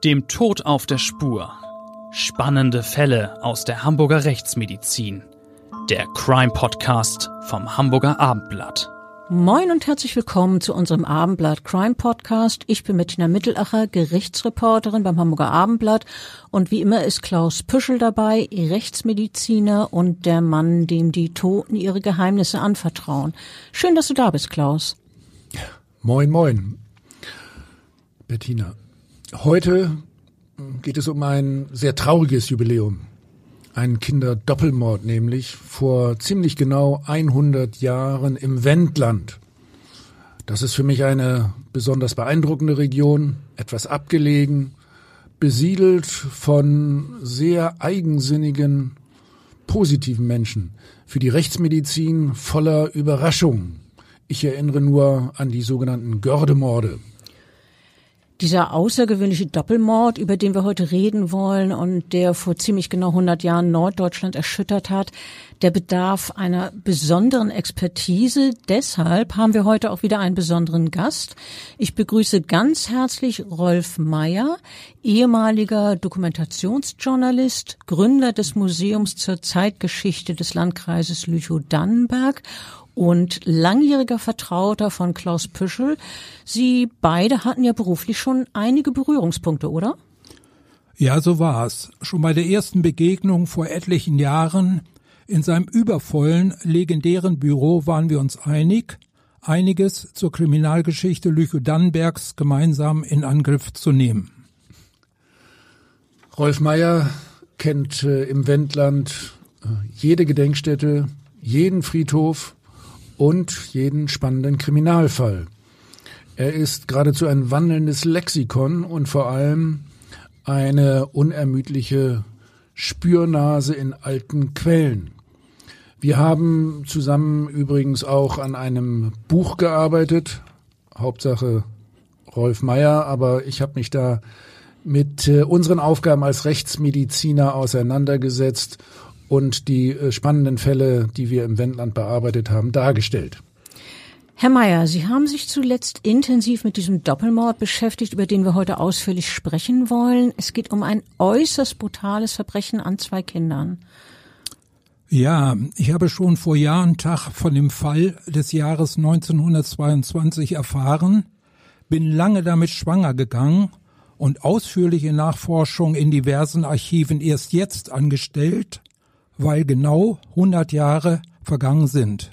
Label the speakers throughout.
Speaker 1: Dem Tod auf der Spur. Spannende Fälle aus der Hamburger Rechtsmedizin. Der Crime-Podcast vom Hamburger Abendblatt.
Speaker 2: Moin und herzlich willkommen zu unserem Abendblatt Crime Podcast. Ich bin Bettina Mittelacher, Gerichtsreporterin beim Hamburger Abendblatt. Und wie immer ist Klaus Püschel dabei, Rechtsmediziner und der Mann, dem die Toten ihre Geheimnisse anvertrauen. Schön, dass du da bist, Klaus.
Speaker 3: Moin, moin. Bettina, heute geht es um ein sehr trauriges Jubiläum. Ein Kinderdoppelmord, nämlich vor ziemlich genau 100 Jahren im Wendland. Das ist für mich eine besonders beeindruckende Region, etwas abgelegen, besiedelt von sehr eigensinnigen, positiven Menschen. Für die Rechtsmedizin voller Überraschungen. Ich erinnere nur an die sogenannten Göhrde-Morde.
Speaker 2: Dieser außergewöhnliche Doppelmord, über den wir heute reden wollen und der vor ziemlich genau 100 Jahren Norddeutschland erschüttert hat, der bedarf einer besonderen Expertise. Deshalb haben wir heute auch wieder einen besonderen Gast. Ich begrüße ganz herzlich Rolf Meyer, ehemaliger Dokumentationsjournalist, Gründer des Museums zur Zeitgeschichte des Landkreises Lüchow-Dannenberg und langjähriger Vertrauter von Klaus Püschel. Sie beide hatten ja beruflich schon einige Berührungspunkte, oder?
Speaker 4: Ja, so war's. Schon bei der ersten Begegnung vor etlichen Jahren in seinem übervollen, legendären Büro waren wir uns einig, einiges zur Kriminalgeschichte Lüchow-Dannenbergs gemeinsam in Angriff zu nehmen.
Speaker 3: Rolf Meyer kennt im Wendland jede Gedenkstätte, jeden Friedhof und jeden spannenden Kriminalfall. Er ist geradezu ein wandelndes Lexikon und vor allem eine unermüdliche Spürnase in alten Quellen. Wir haben zusammen übrigens auch an einem Buch gearbeitet, Hauptsache Rolf Meyer, aber ich habe mich da mit unseren Aufgaben als Rechtsmediziner auseinandergesetzt und die spannenden Fälle, die wir im Wendland bearbeitet haben, dargestellt.
Speaker 2: Herr Meyer, Sie haben sich zuletzt intensiv mit diesem Doppelmord beschäftigt, über den wir heute ausführlich sprechen wollen. Es geht um ein äußerst brutales Verbrechen an 2 Kindern.
Speaker 4: Ja, ich habe schon vor Jahr und Tag von dem Fall des Jahres 1922 erfahren, bin lange damit schwanger gegangen und ausführliche Nachforschungen in diversen Archiven erst jetzt angestellt, weil genau 100 Jahre vergangen sind.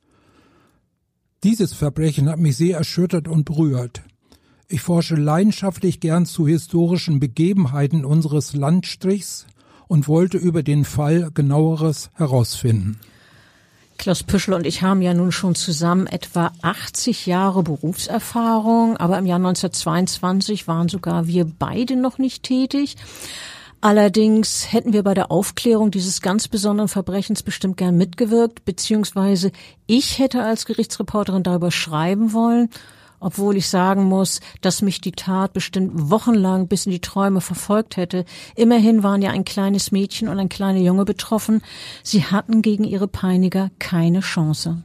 Speaker 4: Dieses Verbrechen hat mich sehr erschüttert und berührt. Ich forsche leidenschaftlich gern zu historischen Begebenheiten unseres Landstrichs und wollte über den Fall Genaueres herausfinden.
Speaker 2: Klaus Püschel und ich haben ja nun schon zusammen etwa 80 Jahre Berufserfahrung, aber im Jahr 1922 waren sogar wir beide noch nicht tätig. Allerdings hätten wir bei der Aufklärung dieses ganz besonderen Verbrechens bestimmt gern mitgewirkt, beziehungsweise ich hätte als Gerichtsreporterin darüber schreiben wollen, obwohl ich sagen muss, dass mich die Tat bestimmt wochenlang bis in die Träume verfolgt hätte. Immerhin waren ja ein kleines Mädchen und ein kleiner Junge betroffen. Sie hatten gegen ihre Peiniger keine Chance.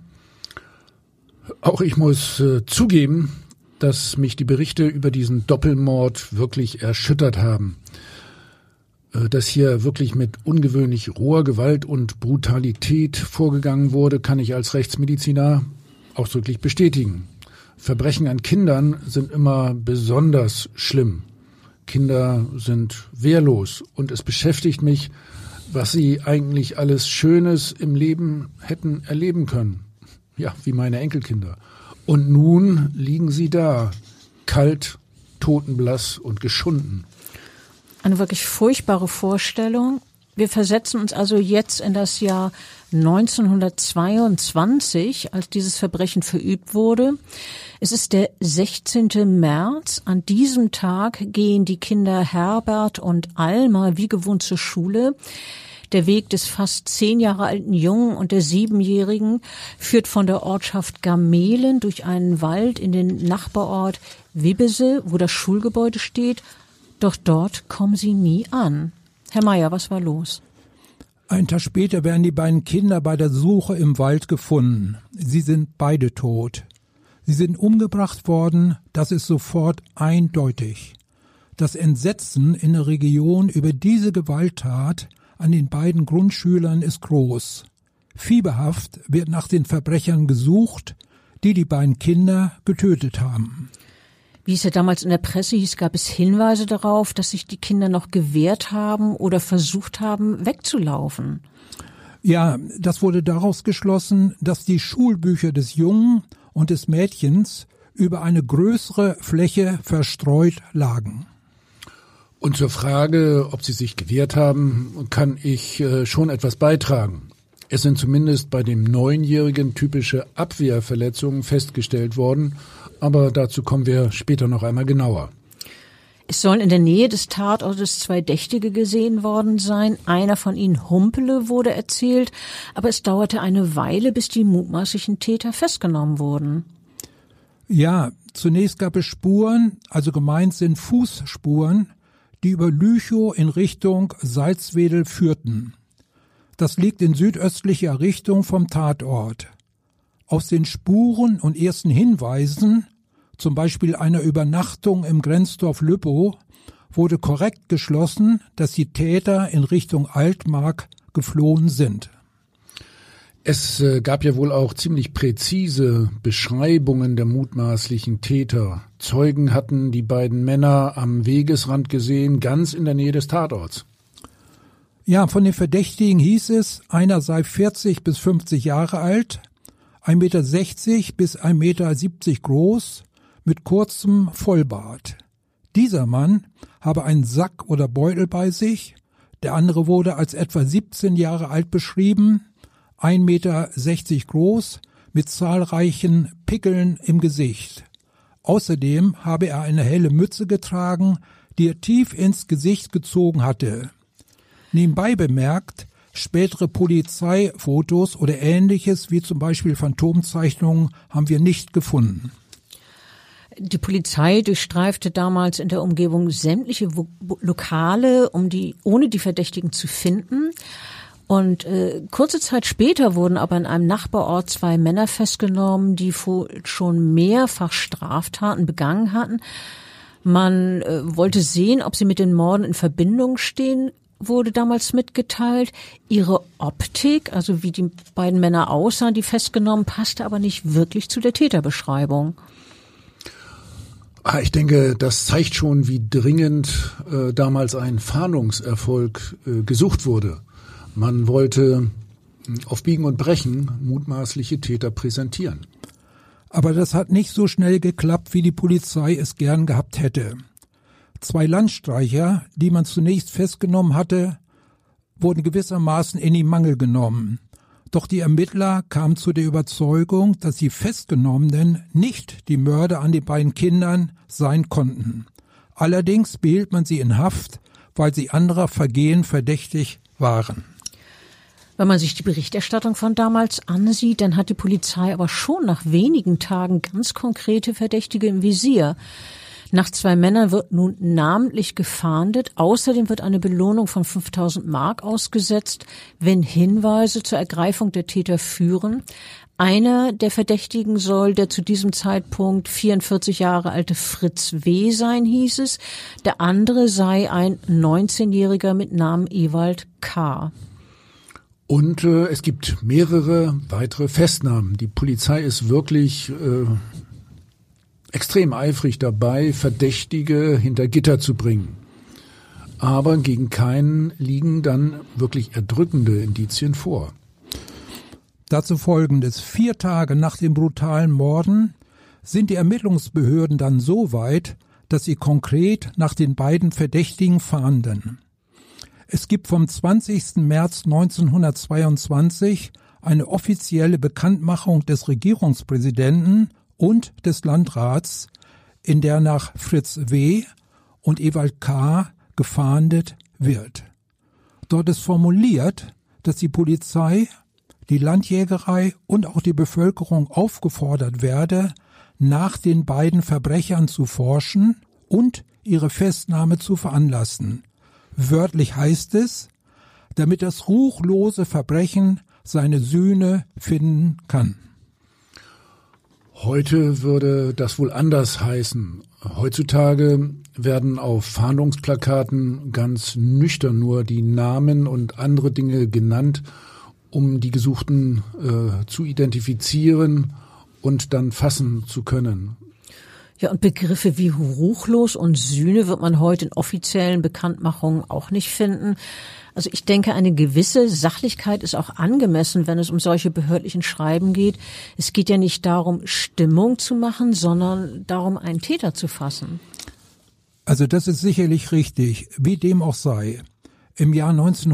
Speaker 3: Auch ich muss zugeben, dass mich die Berichte über diesen Doppelmord wirklich erschüttert haben. Dass hier wirklich mit ungewöhnlich roher Gewalt und Brutalität vorgegangen wurde, kann ich als Rechtsmediziner ausdrücklich bestätigen. Verbrechen an Kindern sind immer besonders schlimm. Kinder sind wehrlos und es beschäftigt mich, was sie eigentlich alles Schönes im Leben hätten erleben können. Ja, wie meine Enkelkinder. Und nun liegen sie da, kalt, totenblass und geschunden.
Speaker 2: Eine wirklich furchtbare Vorstellung. Wir versetzen uns also jetzt in das Jahr 1922, als dieses Verbrechen verübt wurde. Es ist der 16. März. An diesem Tag gehen die Kinder Herbert und Alma wie gewohnt zur Schule. Der Weg des fast 10 Jahre alten Jungen und der 7-Jährigen führt von der Ortschaft Gamelen durch einen Wald in den Nachbarort Wibbese, wo das Schulgebäude steht. Doch dort kommen sie nie an. Herr Meyer, was war los?
Speaker 4: Einen Tag später werden die beiden Kinder bei der Suche im Wald gefunden. Sie sind beide tot. Sie sind umgebracht worden, das ist sofort eindeutig. Das Entsetzen in der Region über diese Gewalttat an den beiden Grundschülern ist groß. Fieberhaft wird nach den Verbrechern gesucht, die beiden Kinder getötet haben.
Speaker 2: Wie es ja damals in der Presse hieß, gab es Hinweise darauf, dass sich die Kinder noch gewehrt haben oder versucht haben, wegzulaufen.
Speaker 4: Ja, das wurde daraus geschlossen, dass die Schulbücher des Jungen und des Mädchens über eine größere Fläche verstreut lagen.
Speaker 3: Und zur Frage, ob sie sich gewehrt haben, kann ich schon etwas beitragen. Es sind zumindest bei dem 9-Jährigen typische Abwehrverletzungen festgestellt worden, aber dazu kommen wir später noch einmal genauer.
Speaker 2: Es sollen in der Nähe des Tatortes 2 Verdächtige gesehen worden sein. Einer von ihnen, Humpele, wurde erzählt, aber es dauerte eine Weile, bis die mutmaßlichen Täter festgenommen wurden.
Speaker 4: Ja, zunächst gab es Spuren, also gemeint sind Fußspuren, die über Lüchow in Richtung Salzwedel führten. Das liegt in südöstlicher Richtung vom Tatort. Aus den Spuren und ersten Hinweisen, zum Beispiel einer Übernachtung im Grenzdorf Lübbow, wurde korrekt geschlossen, dass die Täter in Richtung Altmark geflohen sind.
Speaker 3: Es gab ja wohl auch ziemlich präzise Beschreibungen der mutmaßlichen Täter. Zeugen hatten die beiden Männer am Wegesrand gesehen, ganz in der Nähe des Tatorts.
Speaker 4: Ja, von den Verdächtigen hieß es, einer sei 40 bis 50 Jahre alt, 1,60 Meter bis 1,70 Meter groß, mit kurzem Vollbart. Dieser Mann habe einen Sack oder Beutel bei sich, der andere wurde als etwa 17 Jahre alt beschrieben, 1,60 Meter groß, mit zahlreichen Pickeln im Gesicht. Außerdem habe er eine helle Mütze getragen, die er tief ins Gesicht gezogen hatte. Nebenbei bemerkt, spätere Polizeifotos oder Ähnliches, wie zum Beispiel Phantomzeichnungen, haben wir nicht gefunden.
Speaker 2: Die Polizei durchstreifte damals in der Umgebung sämtliche Lokale, ohne die Verdächtigen zu finden. Und kurze Zeit später wurden aber in einem Nachbarort 2 Männer festgenommen, die schon mehrfach Straftaten begangen hatten. Man wollte sehen, ob sie mit den Morden in Verbindung stehen, wurde damals mitgeteilt. Ihre Optik, also wie die beiden Männer aussahen, die festgenommen, passte aber nicht wirklich zu der Täterbeschreibung.
Speaker 3: Ich denke, das zeigt schon, wie dringend damals ein Fahndungserfolg gesucht wurde. Man wollte auf Biegen und Brechen mutmaßliche Täter präsentieren.
Speaker 4: Aber das hat nicht so schnell geklappt, wie die Polizei es gern gehabt hätte. 2 Landstreicher, die man zunächst festgenommen hatte, wurden gewissermaßen in die Mangel genommen. Doch die Ermittler kamen zu der Überzeugung, dass die Festgenommenen nicht die Mörder an den beiden Kindern sein konnten. Allerdings behielt man sie in Haft, weil sie anderer Vergehen verdächtig waren.
Speaker 2: Wenn man sich die Berichterstattung von damals ansieht, dann hat die Polizei aber schon nach wenigen Tagen ganz konkrete Verdächtige im Visier. Nach 2 Männern wird nun namentlich gefahndet. Außerdem wird eine Belohnung von 5.000 Mark ausgesetzt, wenn Hinweise zur Ergreifung der Täter führen. Einer der Verdächtigen soll der zu diesem Zeitpunkt 44 Jahre alte Fritz W. sein, hieß es. Der andere sei ein 19-Jähriger mit Namen Ewald K.
Speaker 3: Und es gibt mehrere weitere Festnahmen. Die Polizei ist wirklich extrem eifrig dabei, Verdächtige hinter Gitter zu bringen. Aber gegen keinen liegen dann wirklich erdrückende Indizien vor.
Speaker 4: Dazu Folgendes: 4 Tage nach den brutalen Morden sind die Ermittlungsbehörden dann so weit, dass sie konkret nach den beiden Verdächtigen fahnden. Es gibt vom 20. März 1922 eine offizielle Bekanntmachung des Regierungspräsidenten und des Landrats, in der nach Fritz W. und Ewald K. gefahndet wird. Dort ist formuliert, dass die Polizei, die Landjägerei und auch die Bevölkerung aufgefordert werde, nach den beiden Verbrechern zu forschen und ihre Festnahme zu veranlassen. Wörtlich heißt es, damit das ruchlose Verbrechen seine Sühne finden kann.
Speaker 3: Heute würde das wohl anders heißen. Heutzutage werden auf Fahndungsplakaten ganz nüchtern nur die Namen und andere Dinge genannt, um die Gesuchten zu identifizieren und dann fassen zu können.
Speaker 2: Ja, und Begriffe wie ruchlos und Sühne wird man heute in offiziellen Bekanntmachungen auch nicht finden. Also ich denke, eine gewisse Sachlichkeit ist auch angemessen, wenn es um solche behördlichen Schreiben geht. Es geht ja nicht darum, Stimmung zu machen, sondern darum, einen Täter zu fassen.
Speaker 4: Also das ist sicherlich richtig, wie dem auch sei. Im Jahr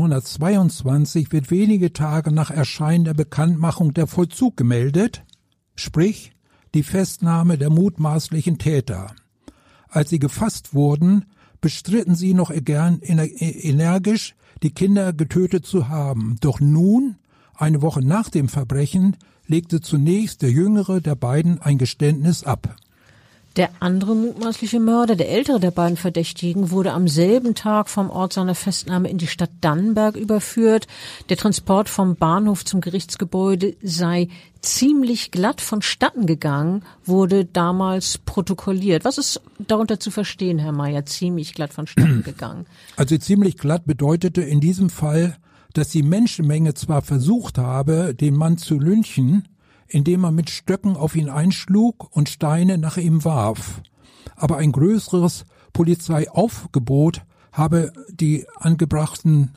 Speaker 4: 1922 wird wenige Tage nach Erscheinen der Bekanntmachung der Vollzug gemeldet, sprich die Festnahme der mutmaßlichen Täter. Als sie gefasst wurden, bestritten sie noch energisch, die Kinder getötet zu haben. Doch nun, eine Woche nach dem Verbrechen, legte zunächst der jüngere der beiden ein Geständnis ab.
Speaker 2: Der andere mutmaßliche Mörder, der ältere der beiden Verdächtigen, wurde am selben Tag vom Ort seiner Festnahme in die Stadt Dannenberg überführt. Der Transport vom Bahnhof zum Gerichtsgebäude sei ziemlich glatt vonstatten gegangen, wurde damals protokolliert. Was ist darunter zu verstehen, Herr Mayer, ziemlich glatt vonstatten gegangen?
Speaker 4: Also ziemlich glatt bedeutete in diesem Fall, dass die Menschenmenge zwar versucht habe, den Mann zu lynchen, indem man mit Stöcken auf ihn einschlug und Steine nach ihm warf. Aber ein größeres Polizeiaufgebot habe die aufgebrachten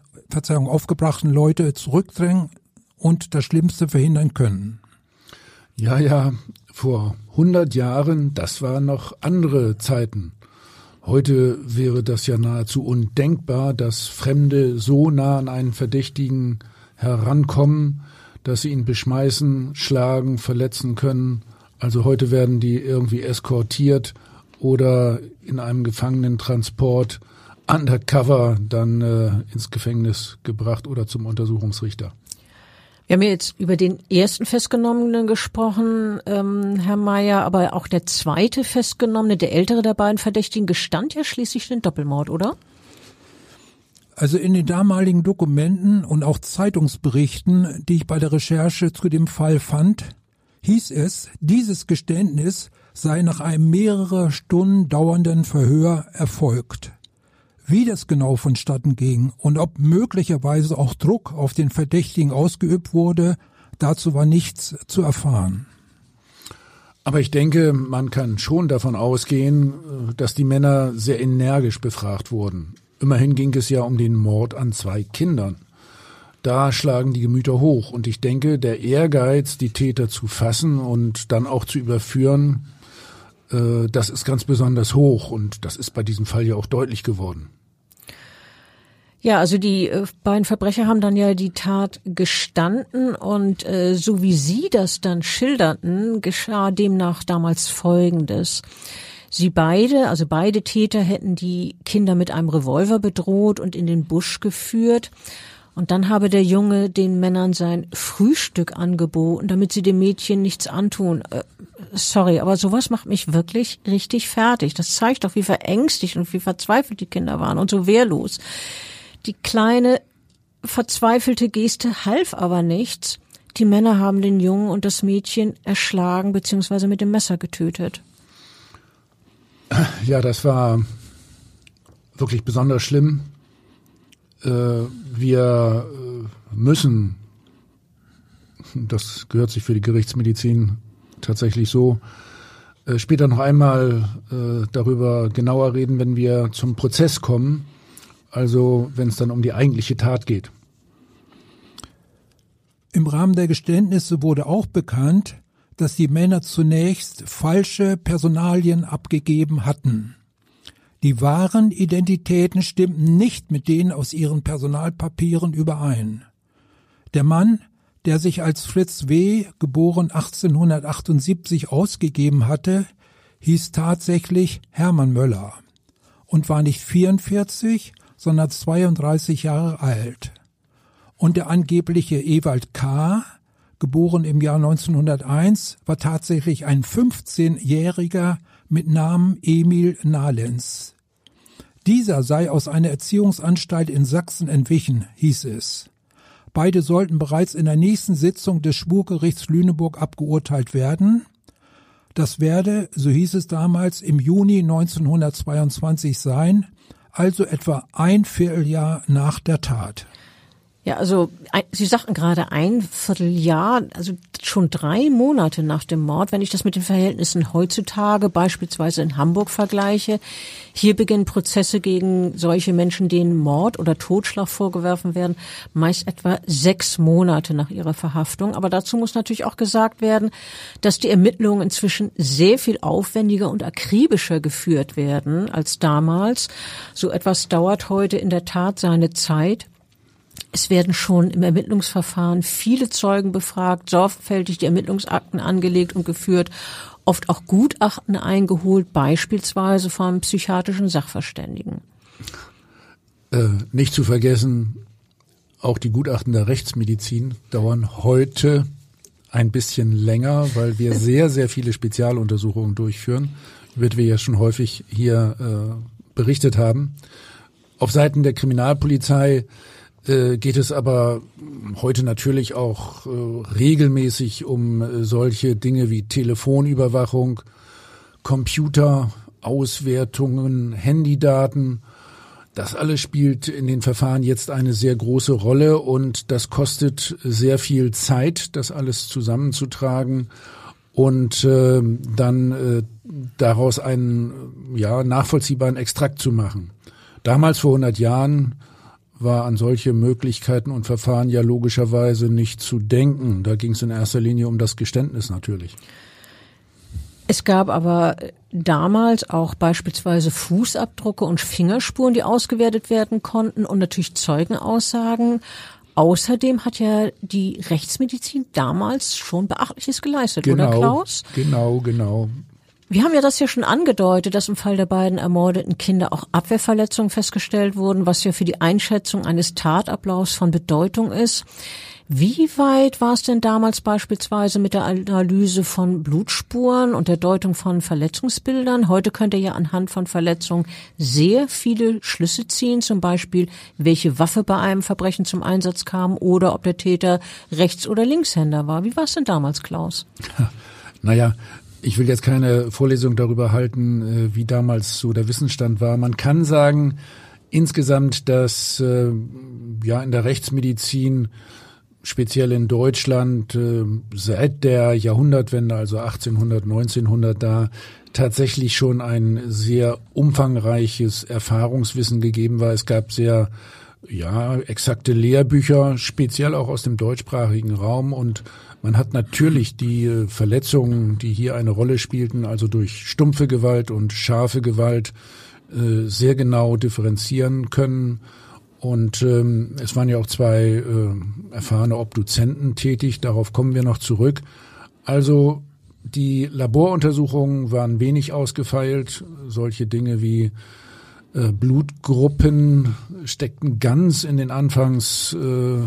Speaker 4: Leute zurückdrängen und das Schlimmste verhindern können.
Speaker 3: Ja, vor 100 Jahren, das waren noch andere Zeiten. Heute wäre das ja nahezu undenkbar, dass Fremde so nah an einen Verdächtigen herankommen, dass sie ihn beschmeißen, schlagen, verletzen können. Also heute werden die irgendwie eskortiert oder in einem Gefangenentransport undercover dann ins Gefängnis gebracht oder zum Untersuchungsrichter.
Speaker 2: Wir haben ja jetzt über den ersten Festgenommenen gesprochen, Herr Mayer, aber auch der zweite Festgenommene, der ältere der beiden Verdächtigen, gestand ja schließlich den Doppelmord, oder?
Speaker 4: Also in den damaligen Dokumenten und auch Zeitungsberichten, die ich bei der Recherche zu dem Fall fand, hieß es, dieses Geständnis sei nach einem mehrere Stunden dauernden Verhör erfolgt. Wie das genau vonstatten ging und ob möglicherweise auch Druck auf den Verdächtigen ausgeübt wurde, dazu war nichts zu erfahren.
Speaker 3: Aber ich denke, man kann schon davon ausgehen, dass die Männer sehr energisch befragt wurden. Immerhin ging es ja um den Mord an 2 Kindern. Da schlagen die Gemüter hoch. Und ich denke, der Ehrgeiz, die Täter zu fassen und dann auch zu überführen, das ist ganz besonders hoch. Und das ist bei diesem Fall ja auch deutlich geworden.
Speaker 2: Ja, also die beiden Verbrecher haben dann ja die Tat gestanden und so wie Sie das dann schilderten, geschah demnach damals Folgendes. Beide Täter hätten die Kinder mit einem Revolver bedroht und in den Busch geführt. Und dann habe der Junge den Männern sein Frühstück angeboten, damit sie dem Mädchen nichts antun. Sorry, aber sowas macht mich wirklich richtig fertig. Das zeigt doch, wie verängstigt und wie verzweifelt die Kinder waren und so wehrlos. Die kleine, verzweifelte Geste half aber nichts. Die Männer haben den Jungen und das Mädchen erschlagen bzw. mit dem Messer getötet.
Speaker 3: Ja, das war wirklich besonders schlimm. Wir müssen, das gehört sich für die Gerichtsmedizin tatsächlich so, später noch einmal darüber genauer reden, wenn wir zum Prozess kommen, also wenn es dann um die eigentliche Tat geht.
Speaker 4: Im Rahmen der Geständnisse wurde auch bekannt, dass die Männer zunächst falsche Personalien abgegeben hatten. Die wahren Identitäten stimmten nicht mit denen aus ihren Personalpapieren überein. Der Mann, der sich als Fritz W., geboren 1878, ausgegeben hatte, hieß tatsächlich Hermann Möller und war nicht 44, sondern 32 Jahre alt. Und der angebliche Ewald K., geboren im Jahr 1901, war tatsächlich ein 15-Jähriger mit Namen Emil Nahlenz. Dieser sei aus einer Erziehungsanstalt in Sachsen entwichen, hieß es. Beide sollten bereits in der nächsten Sitzung des Schwurgerichts Lüneburg abgeurteilt werden. Das werde, so hieß es damals, im Juni 1922 sein, also etwa ein Vierteljahr nach der Tat.
Speaker 2: Ja, also Sie sagten gerade ein Vierteljahr, also schon 3 Monate nach dem Mord, wenn ich das mit den Verhältnissen heutzutage beispielsweise in Hamburg vergleiche. Hier beginnen Prozesse gegen solche Menschen, denen Mord oder Totschlag vorgeworfen werden, meist etwa 6 Monate nach ihrer Verhaftung. Aber dazu muss natürlich auch gesagt werden, dass die Ermittlungen inzwischen sehr viel aufwendiger und akribischer geführt werden als damals. So etwas dauert heute in der Tat seine Zeit. Es werden schon im Ermittlungsverfahren viele Zeugen befragt, sorgfältig die Ermittlungsakten angelegt und geführt, oft auch Gutachten eingeholt, beispielsweise vom psychiatrischen Sachverständigen.
Speaker 3: Nicht zu vergessen, auch die Gutachten der Rechtsmedizin dauern heute ein bisschen länger, weil wir sehr, sehr viele Spezialuntersuchungen durchführen, über die wir ja schon häufig hier berichtet haben. Auf Seiten der Kriminalpolizei geht es aber heute natürlich auch regelmäßig um solche Dinge wie Telefonüberwachung, Computerauswertungen, Handydaten. Das alles spielt in den Verfahren jetzt eine sehr große Rolle und das kostet sehr viel Zeit, das alles zusammenzutragen und dann daraus einen nachvollziehbaren Extrakt zu machen. Damals vor 100 Jahren war an solche Möglichkeiten und Verfahren ja logischerweise nicht zu denken. Da ging es in erster Linie um das Geständnis natürlich.
Speaker 2: Es gab aber damals auch beispielsweise Fußabdrücke und Fingerspuren, die ausgewertet werden konnten und natürlich Zeugenaussagen. Außerdem hat ja die Rechtsmedizin damals schon Beachtliches geleistet, oder Klaus?
Speaker 3: Genau.
Speaker 2: Wir haben ja das ja schon angedeutet, dass im Fall der beiden ermordeten Kinder auch Abwehrverletzungen festgestellt wurden, was ja für die Einschätzung eines Tatablaufs von Bedeutung ist. Wie weit war es denn damals beispielsweise mit der Analyse von Blutspuren und der Deutung von Verletzungsbildern? Heute könnt ihr ja anhand von Verletzungen sehr viele Schlüsse ziehen, zum Beispiel, welche Waffe bei einem Verbrechen zum Einsatz kam oder ob der Täter Rechts- oder Linkshänder war. Wie war es denn damals, Klaus?
Speaker 3: Naja, ich will jetzt keine Vorlesung darüber halten, wie damals so der Wissensstand war. Man kann sagen, insgesamt, dass in der Rechtsmedizin, speziell in Deutschland, seit der Jahrhundertwende, also 1800, 1900, da tatsächlich schon ein sehr umfangreiches Erfahrungswissen gegeben war. Es gab sehr exakte Lehrbücher, speziell auch aus dem deutschsprachigen Raum, und man hat natürlich die Verletzungen, die hier eine Rolle spielten, also durch stumpfe Gewalt und scharfe Gewalt, sehr genau differenzieren können. Und es waren ja auch 2 erfahrene Obduzenten tätig, darauf kommen wir noch zurück. Also die Laboruntersuchungen waren wenig ausgefeilt, solche Dinge wie Blutgruppen steckten ganz in den ganz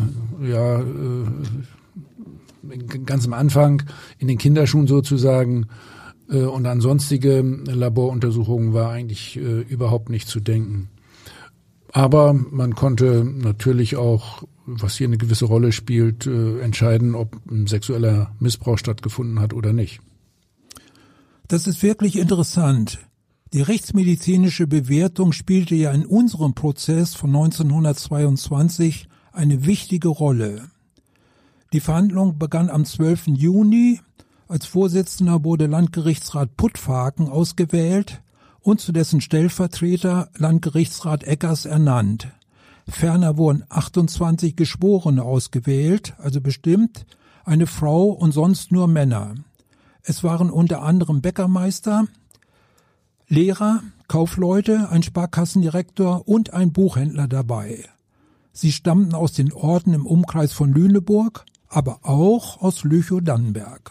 Speaker 3: am Anfang, in den Kinderschuhen sozusagen, und an sonstige Laboruntersuchungen war eigentlich überhaupt nicht zu denken. Aber man konnte natürlich auch, was hier eine gewisse Rolle spielt, entscheiden, ob ein sexueller Missbrauch stattgefunden hat oder nicht.
Speaker 4: Das ist wirklich interessant. Die rechtsmedizinische Bewertung spielte ja in unserem Prozess von 1922 eine wichtige Rolle. Die Verhandlung begann am 12. Juni. Als Vorsitzender wurde Landgerichtsrat Puttfaken ausgewählt und zu dessen Stellvertreter Landgerichtsrat Eckers ernannt. Ferner wurden 28 Geschworene ausgewählt, also bestimmt, eine Frau und sonst nur Männer. Es waren unter anderem Bäckermeister, Lehrer, Kaufleute, ein Sparkassendirektor und ein Buchhändler dabei. Sie stammten aus den Orten im Umkreis von Lüneburg, aber auch aus Lüchow-Dannenberg.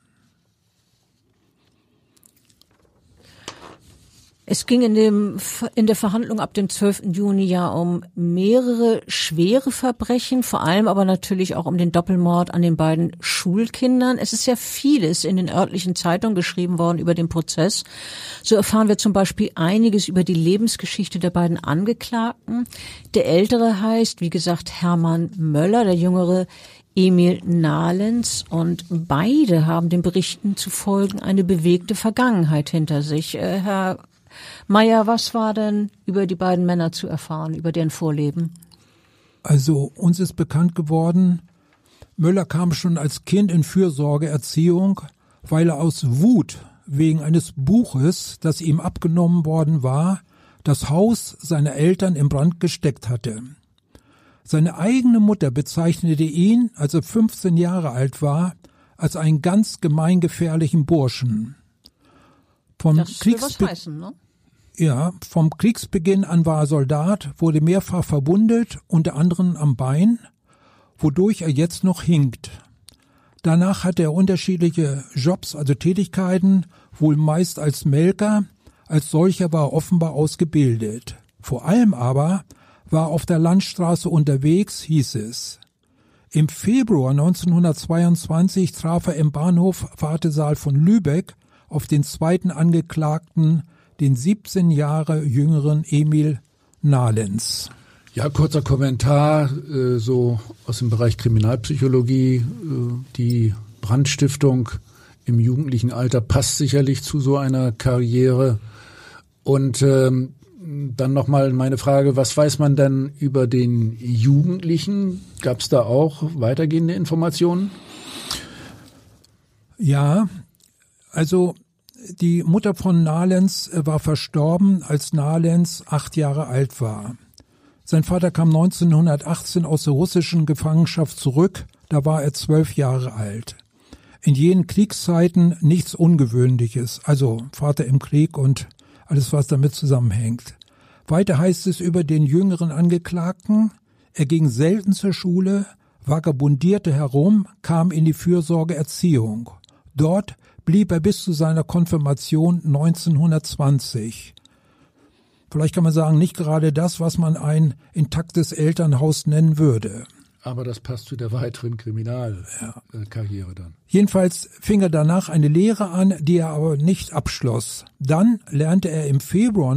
Speaker 2: Es ging in der Verhandlung ab dem 12. Juni ja um mehrere schwere Verbrechen, vor allem aber natürlich auch um den Doppelmord an den beiden Schulkindern. Es ist ja vieles in den örtlichen Zeitungen geschrieben worden über den Prozess. So erfahren wir zum Beispiel einiges über die Lebensgeschichte der beiden Angeklagten. Der Ältere heißt, wie gesagt, Hermann Möller, der Jüngere Emil Nahlenz, und beide haben den Berichten zufolge eine bewegte Vergangenheit hinter sich. Herr Meyer, was war denn über die beiden Männer zu erfahren, über deren Vorleben?
Speaker 4: Also uns ist bekannt geworden, Möller kam schon als Kind in Fürsorgeerziehung, weil er aus Wut wegen eines Buches, das ihm abgenommen worden war, das Haus seiner Eltern in Brand gesteckt hatte. Seine eigene Mutter bezeichnete ihn, als er 15 Jahre alt war, als einen ganz gemeingefährlichen Burschen.
Speaker 2: Das will was heißen, ne?
Speaker 4: Ja, vom Kriegsbeginn an war er Soldat, wurde mehrfach verwundet, unter anderem am Bein, wodurch er jetzt noch hinkt. Danach hatte er unterschiedliche Jobs, also Tätigkeiten, wohl meist als Melker. Als solcher war er offenbar ausgebildet. Vor allem aber war er auf der Landstraße unterwegs, hieß es. Im Februar 1922 traf er im Bahnhof-Wartesaal von Lübeck auf den zweiten Angeklagten, den 17 Jahre jüngeren Emil Nahlenz.
Speaker 3: Ja, kurzer Kommentar, so aus dem Bereich Kriminalpsychologie. Die Brandstiftung im jugendlichen Alter passt sicherlich zu so einer Karriere. Und dann nochmal meine Frage, was weiß man denn über den Jugendlichen? Gab es da auch weitergehende Informationen?
Speaker 4: Ja, also die Mutter von Nahlenz war verstorben, als Nahlenz 8 Jahre alt war. Sein Vater kam 1918 aus der russischen Gefangenschaft zurück, da war er 12 Jahre alt. In jenen Kriegszeiten nichts Ungewöhnliches, also Vater im Krieg und alles, was damit zusammenhängt. Weiter heißt es über den jüngeren Angeklagten, er ging selten zur Schule, vagabundierte herum, kam in die Fürsorgeerziehung. Dort blieb er bis zu seiner Konfirmation 1920. Vielleicht kann man sagen, nicht gerade das, was man ein intaktes Elternhaus nennen würde.
Speaker 3: Aber das passt zu der weiteren Kriminalkarriere dann.
Speaker 4: Jedenfalls fing er danach eine Lehre an, die er aber nicht abschloss. Dann lernte er im Februar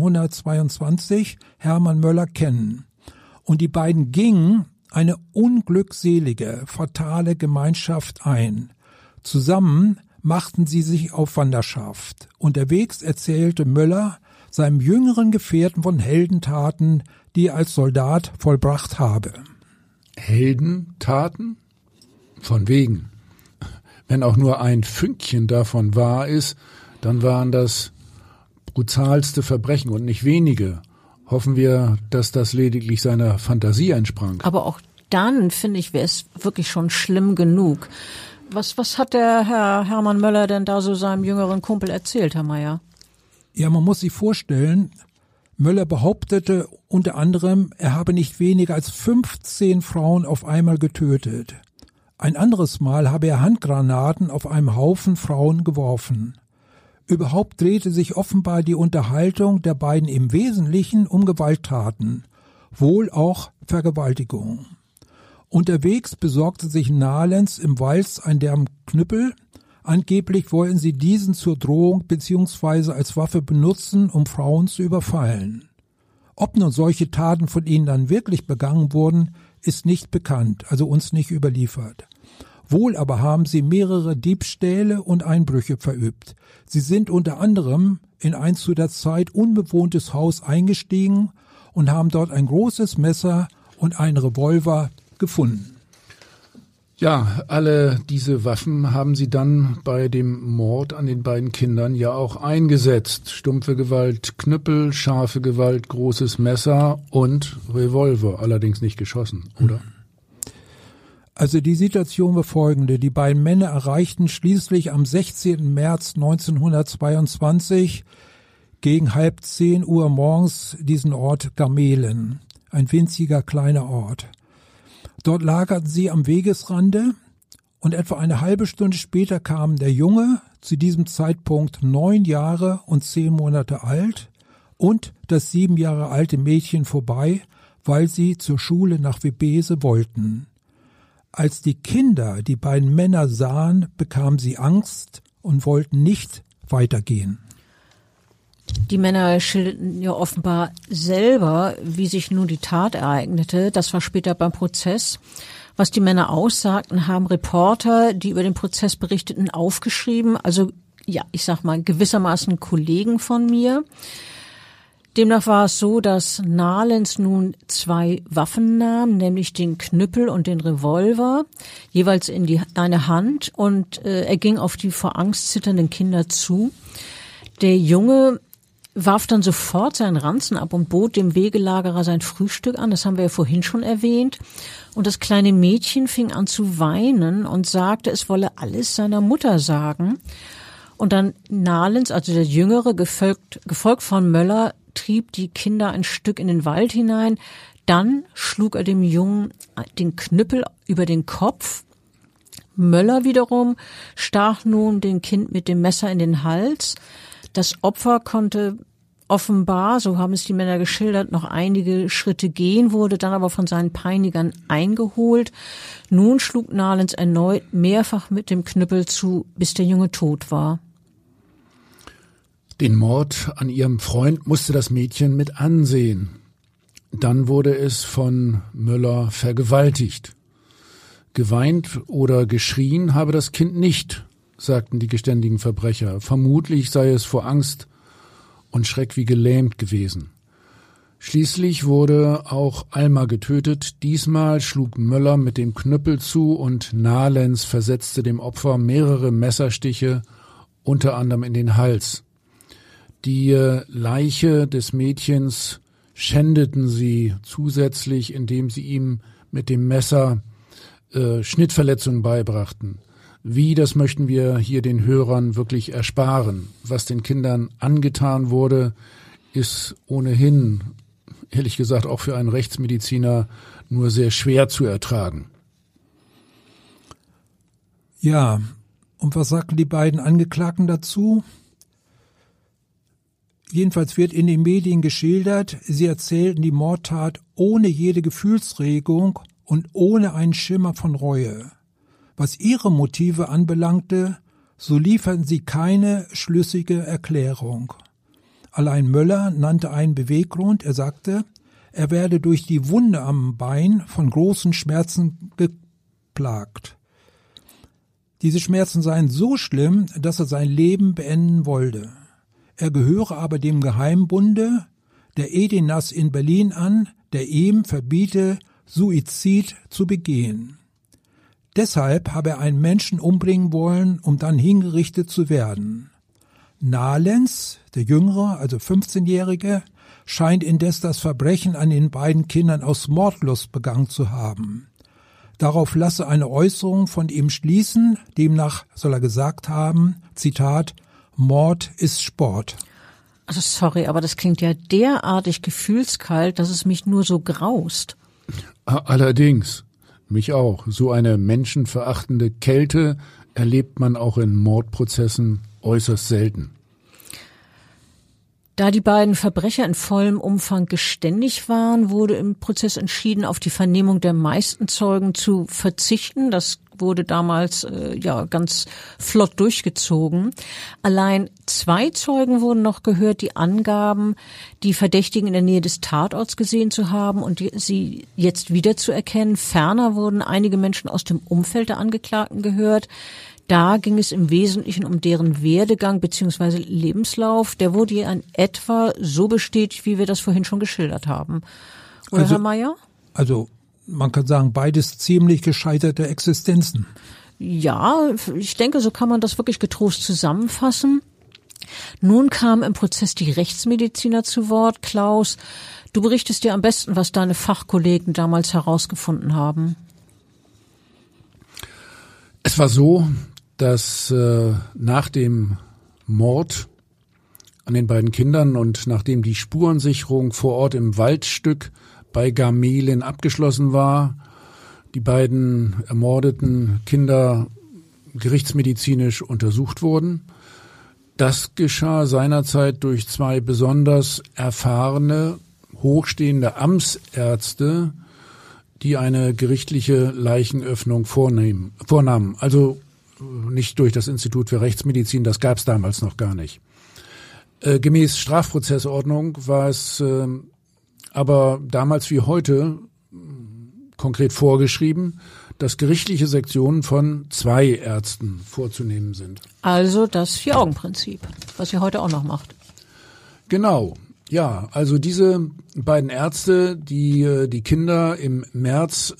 Speaker 4: 1922 Hermann Möller kennen. Und die beiden gingen eine unglückselige, fatale Gemeinschaft ein. Zusammen machten sie sich auf Wanderschaft. Unterwegs erzählte Möller seinem jüngeren Gefährten von Heldentaten, die er als Soldat vollbracht habe.
Speaker 3: Heldentaten? Von wegen. Wenn auch nur ein Fünkchen davon wahr ist, dann waren das brutalste Verbrechen und nicht wenige. Hoffen wir, dass das lediglich seiner Fantasie entsprang.
Speaker 2: Aber auch dann, finde ich, wäre es wirklich schon schlimm genug. Was hat der Herr Hermann Möller denn da so seinem jüngeren Kumpel erzählt, Herr Meyer?
Speaker 4: Ja, man muss sich vorstellen, Möller behauptete unter anderem, er habe nicht weniger als 15 Frauen auf einmal getötet. Ein anderes Mal habe er Handgranaten auf einem Haufen Frauen geworfen. Überhaupt drehte sich offenbar die Unterhaltung der beiden im Wesentlichen um Gewalttaten, wohl auch Vergewaltigung. Unterwegs besorgte sich Nahlenz im Wals einen derben Knüppel. Angeblich wollten sie diesen zur Drohung bzw. als Waffe benutzen, um Frauen zu überfallen. Ob nun solche Taten von ihnen dann wirklich begangen wurden, ist nicht bekannt, also uns nicht überliefert. Wohl aber haben sie mehrere Diebstähle und Einbrüche verübt. Sie sind unter anderem in ein zu der Zeit unbewohntes Haus eingestiegen und haben dort ein großes Messer und einen Revolver gefunden.
Speaker 3: Ja, alle diese Waffen haben sie dann bei dem Mord an den beiden Kindern ja auch eingesetzt. Stumpfe Gewalt, Knüppel, scharfe Gewalt, großes Messer und Revolver, allerdings nicht geschossen, oder?
Speaker 4: Also die Situation war folgende. Die beiden Männer erreichten schließlich am 16. März 1922 gegen 9:30 Uhr morgens diesen Ort Gamelen, ein winziger kleiner Ort. Dort lagerten sie am Wegesrande und etwa eine halbe Stunde später kam der Junge, zu diesem Zeitpunkt 9 Jahre und 10 Monate alt, und das 7 Jahre alte Mädchen vorbei, weil sie zur Schule nach Webese wollten. Als die Kinder die beiden Männer sahen, bekamen sie Angst und wollten nicht weitergehen.
Speaker 2: Die Männer schilderten ja offenbar selber, wie sich nun die Tat ereignete. Das war später beim Prozess. Was die Männer aussagten, haben Reporter, die über den Prozess berichteten, aufgeschrieben. Also, ja, ich sag mal, gewissermaßen Kollegen von mir. Demnach war es so, dass Nahlenz nun 2 Waffen nahm, nämlich den Knüppel und den Revolver, jeweils in eine Hand, und er ging auf die vor Angst zitternden Kinder zu. Der Junge warf dann sofort seinen Ranzen ab und bot dem Wegelagerer sein Frühstück an, das haben wir ja vorhin schon erwähnt. Und das kleine Mädchen fing an zu weinen und sagte, es wolle alles seiner Mutter sagen. Und dann Nahlenz, also der Jüngere, gefolgt von Möller, trieb die Kinder ein Stück in den Wald hinein. Dann schlug er dem Jungen den Knüppel über den Kopf. Möller wiederum stach nun dem Kind mit dem Messer in den Hals. Das Opfer konnte offenbar, so haben es die Männer geschildert, noch einige Schritte gehen, wurde dann aber von seinen Peinigern eingeholt. Nun schlug Nahlenz erneut mehrfach mit dem Knüppel zu, bis der Junge tot war.
Speaker 3: Den Mord an ihrem Freund musste das Mädchen mit ansehen. Dann wurde es von Möller vergewaltigt. Geweint oder geschrien habe das Kind nicht, sagten die geständigen Verbrecher. Vermutlich sei es vor Angst und Schreck wie gelähmt gewesen. Schließlich wurde auch Alma getötet. Diesmal schlug Möller mit dem Knüppel zu und Nahlenz versetzte dem Opfer mehrere Messerstiche, unter anderem in den Hals. Die Leiche des Mädchens schändeten sie zusätzlich, indem sie ihm mit dem Messer Schnittverletzungen beibrachten. Wie, das möchten wir hier den Hörern wirklich ersparen. Was den Kindern angetan wurde, ist ohnehin, ehrlich gesagt, auch für einen Rechtsmediziner nur sehr schwer zu ertragen.
Speaker 4: Ja, und was sagten die beiden Angeklagten dazu? Jedenfalls wird in den Medien geschildert, sie erzählten die Mordtat ohne jede Gefühlsregung und ohne einen Schimmer von Reue. Was ihre Motive anbelangte, so lieferten sie keine schlüssige Erklärung. Allein Möller nannte einen Beweggrund, er sagte, er werde durch die Wunde am Bein von großen Schmerzen geplagt. Diese Schmerzen seien so schlimm, dass er sein Leben beenden wollte. Er gehöre aber dem Geheimbunde der Edinas in Berlin an, der ihm verbiete, Suizid zu begehen. Deshalb habe er einen Menschen umbringen wollen, um dann hingerichtet zu werden. Nahlenz, der Jüngere, also 15-Jährige, scheint indes das Verbrechen an den beiden Kindern aus Mordlust begangen zu haben. Darauf lasse eine Äußerung von ihm schließen, demnach soll er gesagt haben, Zitat, Mord ist Sport.
Speaker 2: Also sorry, aber das klingt ja derartig gefühlskalt, dass es mich nur so graust.
Speaker 3: Allerdings, mich auch. So eine menschenverachtende Kälte erlebt man auch in Mordprozessen äußerst selten.
Speaker 2: Da die beiden Verbrecher in vollem Umfang geständig waren, wurde im Prozess entschieden, auf die Vernehmung der meisten Zeugen zu verzichten. Das wurde damals ganz flott durchgezogen. Allein 2 Zeugen wurden noch gehört, die angaben, die Verdächtigen in der Nähe des Tatorts gesehen zu haben und sie jetzt wiederzuerkennen. Ferner wurden einige Menschen aus dem Umfeld der Angeklagten gehört. Da ging es im Wesentlichen um deren Werdegang bzw. Lebenslauf. Der wurde hier in etwa so bestätigt, wie wir das vorhin schon geschildert haben. Oder Herr Mayer?
Speaker 4: Also man kann sagen, beides ziemlich gescheiterte Existenzen.
Speaker 2: Ja, ich denke, so kann man das wirklich getrost zusammenfassen. Nun kamen im Prozess die Rechtsmediziner zu Wort. Klaus, du berichtest dir am besten, was deine Fachkollegen damals herausgefunden haben.
Speaker 3: Es war so, dass nach dem Mord an den beiden Kindern und nachdem die Spurensicherung vor Ort im Waldstück bei Garmelin abgeschlossen war, die beiden ermordeten Kinder gerichtsmedizinisch untersucht wurden. Das geschah seinerzeit durch 2 besonders erfahrene, hochstehende Amtsärzte, die eine gerichtliche Leichenöffnung vornahmen. Also nicht durch das Institut für Rechtsmedizin, das gab es damals noch gar nicht. Gemäß Strafprozessordnung war es aber damals wie heute konkret vorgeschrieben, dass gerichtliche Sektionen von 2 Ärzten vorzunehmen sind.
Speaker 2: Also das 4-Augen-Prinzip, was ihr heute auch noch macht.
Speaker 3: Genau, ja, also diese beiden Ärzte, die die Kinder im März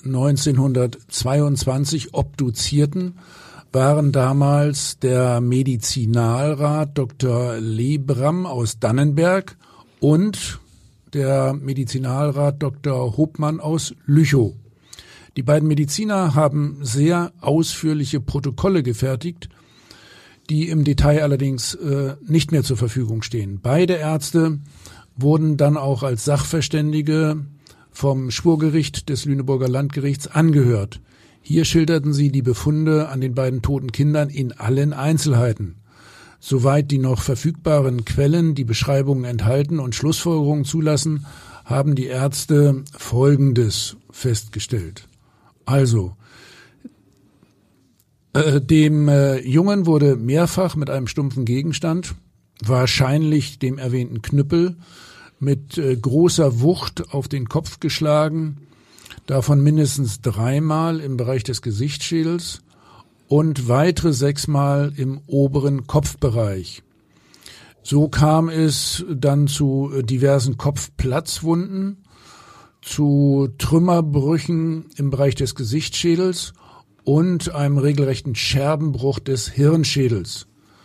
Speaker 3: 1922 obduzierten, waren damals der Medizinalrat Dr. Lebram aus Dannenberg und der Medizinalrat Dr. Hopmann aus Lüchow. Die beiden Mediziner haben sehr ausführliche Protokolle gefertigt, die im Detail allerdings nicht mehr zur Verfügung stehen. Beide Ärzte wurden dann auch als Sachverständige vom Schwurgericht des Lüneburger Landgerichts angehört. Hier schilderten sie die Befunde an den beiden toten Kindern in allen Einzelheiten. Soweit die noch verfügbaren Quellen die Beschreibungen enthalten und Schlussfolgerungen zulassen, haben die Ärzte Folgendes festgestellt. Also, dem Jungen wurde mehrfach mit einem stumpfen Gegenstand, wahrscheinlich dem erwähnten Knüppel, mit großer Wucht auf den Kopf geschlagen, davon mindestens 3-mal im Bereich des Gesichtsschädels und weitere 6-mal im oberen Kopfbereich. So kam es dann zu diversen Kopfplatzwunden, zu Trümmerbrüchen im Bereich des Gesichtsschädels und einem regelrechten Scherbenbruch des Hirnschädels.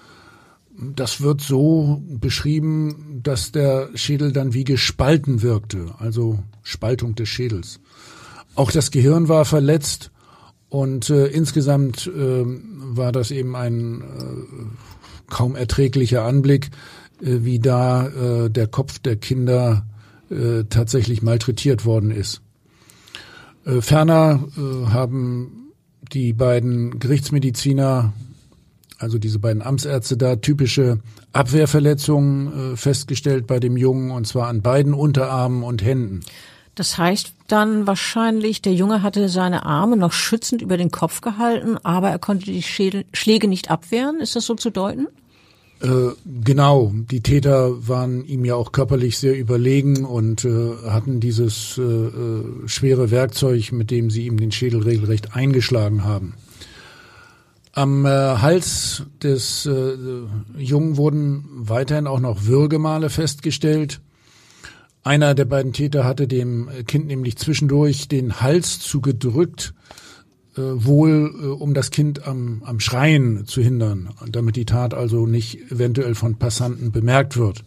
Speaker 3: Das wird so beschrieben, dass der Schädel dann wie gespalten wirkte, also Spaltung des Schädels. Auch das Gehirn war verletzt und insgesamt war das eben ein kaum erträglicher Anblick, wie da der Kopf der Kinder tatsächlich malträtiert worden ist. Ferner haben die beiden Gerichtsmediziner, also diese beiden Amtsärzte da, typische Abwehrverletzungen festgestellt bei dem Jungen, und zwar an beiden Unterarmen und Händen.
Speaker 2: Das heißt dann wahrscheinlich, der Junge hatte seine Arme noch schützend über den Kopf gehalten, aber er konnte die Schläge nicht abwehren. Ist das so zu deuten?
Speaker 3: Genau, die Täter waren ihm ja auch körperlich sehr überlegen und hatten dieses schwere Werkzeug, mit dem sie ihm den Schädel regelrecht eingeschlagen haben. Am Hals des Jungen wurden weiterhin auch noch Würgemale festgestellt. Einer der beiden Täter hatte dem Kind nämlich zwischendurch den Hals zugedrückt, wohl um das Kind am Schreien zu hindern, damit die Tat also nicht eventuell von Passanten bemerkt wird.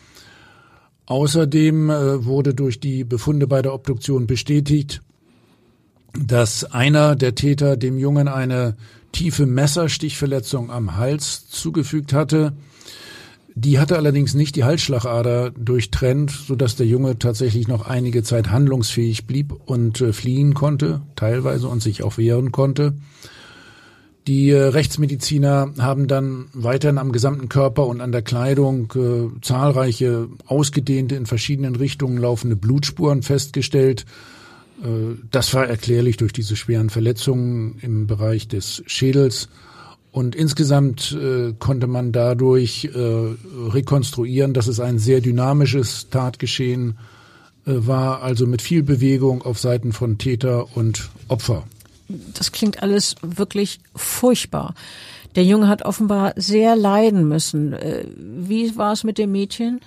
Speaker 3: Außerdem wurde durch die Befunde bei der Obduktion bestätigt, dass einer der Täter dem Jungen eine tiefe Messerstichverletzung am Hals zugefügt hatte. Die hatte allerdings nicht die Halsschlagader durchtrennt, sodass der Junge tatsächlich noch einige Zeit handlungsfähig blieb und fliehen konnte, teilweise, und sich auch wehren konnte. Die Rechtsmediziner haben dann weiterhin am gesamten Körper und an der Kleidung zahlreiche ausgedehnte, in verschiedenen Richtungen laufende Blutspuren festgestellt. Das war erklärlich durch diese schweren Verletzungen im Bereich des Schädels. Und insgesamt konnte man dadurch rekonstruieren, dass es ein sehr dynamisches Tatgeschehen war, also mit viel Bewegung auf Seiten von Täter und Opfer.
Speaker 2: Das klingt alles wirklich furchtbar. Der Junge hat offenbar sehr leiden müssen. Wie war es mit dem Mädchen?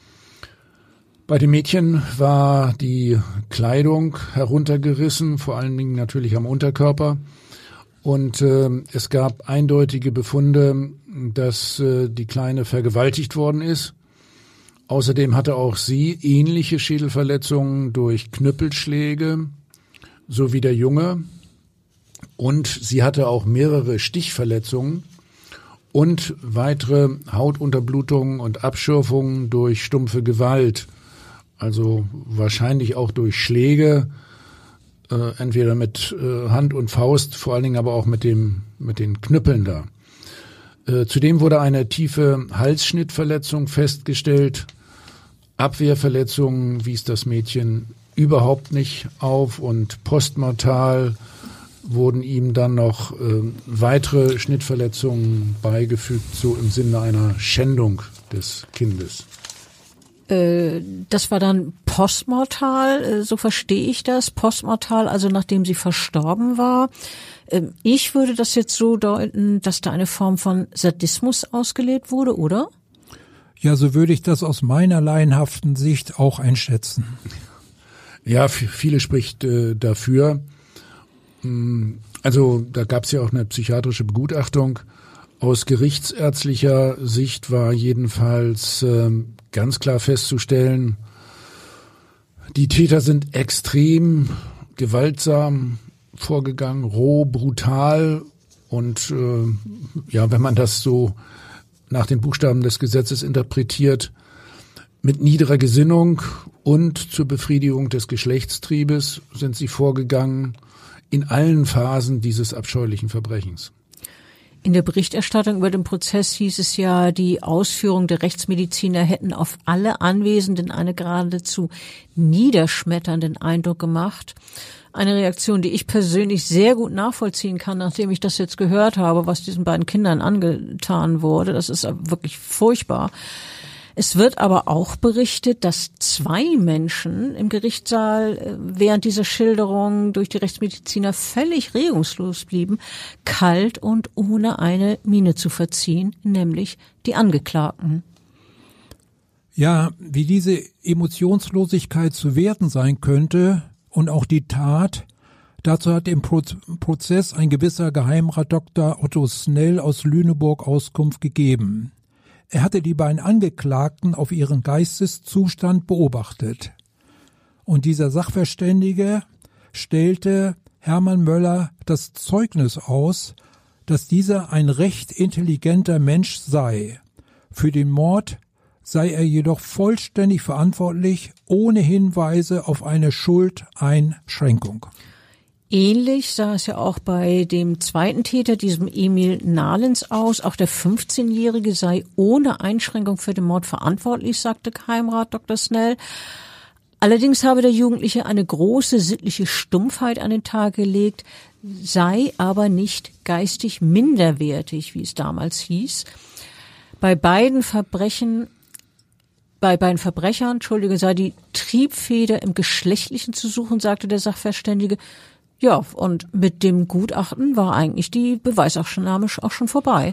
Speaker 3: Bei dem Mädchen war die Kleidung heruntergerissen, vor allen Dingen natürlich am Unterkörper. Und es gab eindeutige Befunde, dass die Kleine vergewaltigt worden ist. Außerdem hatte auch sie ähnliche Schädelverletzungen durch Knüppelschläge, so wie der Junge. Und sie hatte auch mehrere Stichverletzungen und weitere Hautunterblutungen und Abschürfungen durch stumpfe Gewalt. Also wahrscheinlich auch durch Schläge, entweder mit Hand und Faust, vor allen Dingen aber auch mit den Knüppeln da. Zudem wurde eine tiefe Halsschnittverletzung festgestellt. Abwehrverletzungen wies das Mädchen überhaupt nicht auf, und postmortal wurden ihm dann noch weitere Schnittverletzungen beigefügt, so im Sinne einer Schändung des Kindes.
Speaker 2: Das war dann postmortal, so verstehe ich das. Postmortal, also nachdem sie verstorben war. Ich würde das jetzt so deuten, dass da eine Form von Sadismus ausgelebt wurde, oder?
Speaker 4: Ja, so würde ich das aus meiner laienhaften Sicht auch einschätzen.
Speaker 3: Ja, viele spricht dafür. Also da gab es ja auch eine psychiatrische Begutachtung. Aus gerichtsärztlicher Sicht war jedenfalls ganz klar festzustellen, die Täter sind extrem gewaltsam vorgegangen, roh, brutal und wenn man das so nach den Buchstaben des Gesetzes interpretiert, mit niederer Gesinnung und zur Befriedigung des Geschlechtstriebes sind sie vorgegangen in allen Phasen dieses abscheulichen Verbrechens.
Speaker 2: In der Berichterstattung über den Prozess hieß es ja, die Ausführungen der Rechtsmediziner hätten auf alle Anwesenden einen geradezu niederschmetternden Eindruck gemacht. Eine Reaktion, die ich persönlich sehr gut nachvollziehen kann, nachdem ich das jetzt gehört habe, was diesen beiden Kindern angetan wurde. Das ist wirklich furchtbar. Es wird aber auch berichtet, dass 2 Menschen im Gerichtssaal während dieser Schilderung durch die Rechtsmediziner völlig regungslos blieben, kalt und ohne eine Miene zu verziehen, nämlich die Angeklagten.
Speaker 4: Ja, wie diese Emotionslosigkeit zu werten sein könnte und auch die Tat, dazu hat im Prozess ein gewisser Geheimrat Dr. Otto Snell aus Lüneburg Auskunft gegeben. Er hatte die beiden Angeklagten auf ihren Geisteszustand beobachtet. Und dieser Sachverständige stellte Hermann Möller das Zeugnis aus, dass dieser ein recht intelligenter Mensch sei. Für den Mord sei er jedoch vollständig verantwortlich, ohne Hinweise auf eine Schuldeinschränkung.
Speaker 2: Ähnlich sah es ja auch bei dem zweiten Täter, diesem Emil Nahlenz, aus. Auch der 15-Jährige sei ohne Einschränkung für den Mord verantwortlich, sagte Geheimrat Dr. Snell. Allerdings habe der Jugendliche eine große sittliche Stumpfheit an den Tag gelegt, sei aber nicht geistig minderwertig, wie es damals hieß. Bei beiden Verbrechern, sei die Triebfeder im Geschlechtlichen zu suchen, sagte der Sachverständige. Ja, und mit dem Gutachten war eigentlich die Beweisaufnahme auch schon vorbei.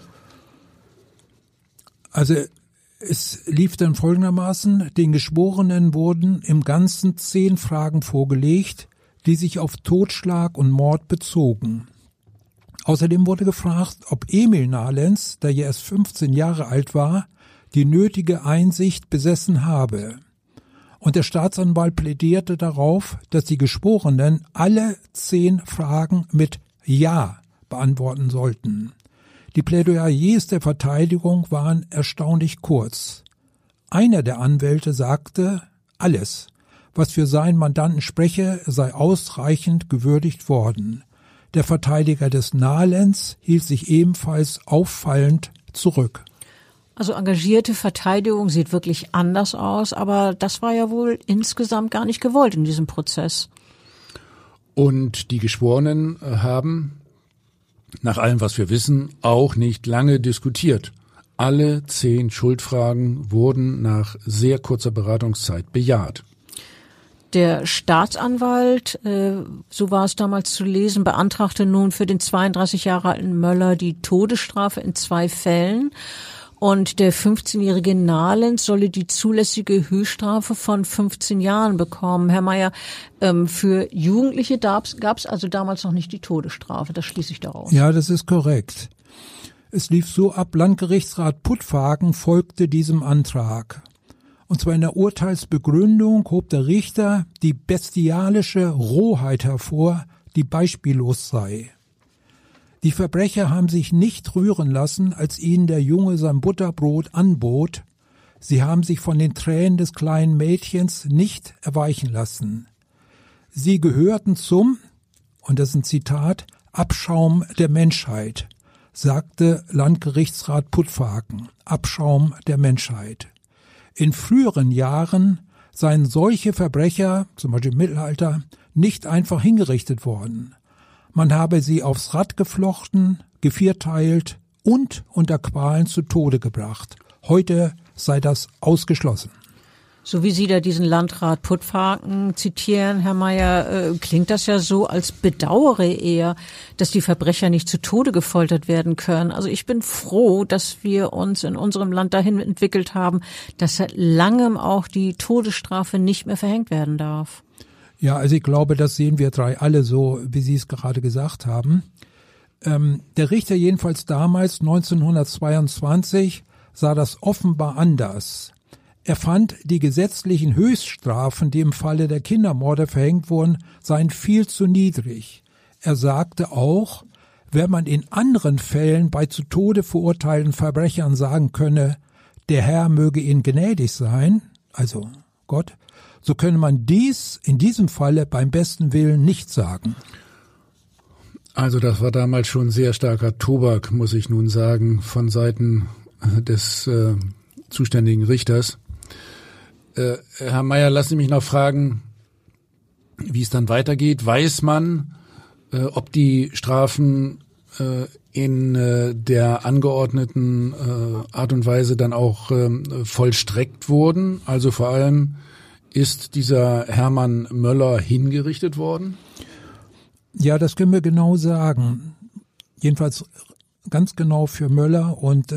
Speaker 4: Also es lief dann folgendermaßen: Den Geschworenen wurden im Ganzen 10 Fragen vorgelegt, die sich auf Totschlag und Mord bezogen. Außerdem wurde gefragt, ob Emil Nahlenz, der ja erst 15 Jahre alt war, die nötige Einsicht besessen habe. Und der Staatsanwalt plädierte darauf, dass die Geschworenen alle 10 Fragen mit Ja beantworten sollten. Die Plädoyers der Verteidigung waren erstaunlich kurz. Einer der Anwälte sagte, alles, was für seinen Mandanten spreche, sei ausreichend gewürdigt worden. Der Verteidiger des Nahlenz hielt sich ebenfalls auffallend zurück.
Speaker 2: Also engagierte Verteidigung sieht wirklich anders aus, aber das war ja wohl insgesamt gar nicht gewollt in diesem Prozess.
Speaker 3: Und die Geschworenen haben, nach allem, was wir wissen, auch nicht lange diskutiert. Alle 10 Schuldfragen wurden nach sehr kurzer Beratungszeit bejaht.
Speaker 2: Der Staatsanwalt, so war es damals zu lesen, beantragte nun für den 32 Jahre alten Möller die Todesstrafe in 2 Fällen. Und der 15-jährige Nahlenz solle die zulässige Höchststrafe von 15 Jahren bekommen. Herr Mayer, für Jugendliche gab es also damals noch nicht die Todesstrafe, das schließe ich daraus.
Speaker 4: Ja, das ist korrekt. Es lief so ab, Landgerichtsrat Putthagen folgte diesem Antrag. Und zwar in der Urteilsbegründung hob der Richter die bestialische Rohheit hervor, die beispiellos sei. Die Verbrecher haben sich nicht rühren lassen, als ihnen der Junge sein Butterbrot anbot. Sie haben sich von den Tränen des kleinen Mädchens nicht erweichen lassen. Sie gehörten zum, und das ist ein Zitat, Abschaum der Menschheit, sagte Landgerichtsrat Putthagen. Abschaum der Menschheit. In früheren Jahren seien solche Verbrecher, zum Beispiel im Mittelalter, nicht einfach hingerichtet worden. Man habe sie aufs Rad geflochten, gevierteilt und unter Qualen zu Tode gebracht. Heute sei das ausgeschlossen.
Speaker 2: So wie Sie da diesen Landrat Putthagen zitieren, Herr Mayer, klingt das ja so, als bedauere er, dass die Verbrecher nicht zu Tode gefoltert werden können. Also ich bin froh, dass wir uns in unserem Land dahin entwickelt haben, dass seit langem auch die Todesstrafe nicht mehr verhängt werden darf.
Speaker 4: Ja, also ich glaube, das sehen wir drei alle so, wie Sie es gerade gesagt haben. Der Richter jedenfalls damals, 1922, sah das offenbar anders. Er fand, die gesetzlichen Höchststrafen, die im Falle der Kindermorde verhängt wurden, seien viel zu niedrig. Er sagte auch, wenn man in anderen Fällen bei zu Tode verurteilten Verbrechern sagen könne, der Herr möge ihnen gnädig sein, also Gott, so könne man dies in diesem Falle beim besten Willen nicht sagen.
Speaker 3: Also das war damals schon sehr starker Tobak, muss ich nun sagen, von Seiten des zuständigen Richters. Herr Mayer, lassen Sie mich noch fragen, wie es dann weitergeht. Weiß man, ob die Strafen in der angeordneten Art und Weise dann auch vollstreckt wurden? Also vor allem, ist dieser Hermann Möller hingerichtet worden?
Speaker 4: Ja, das können wir genau sagen. Jedenfalls ganz genau für Möller und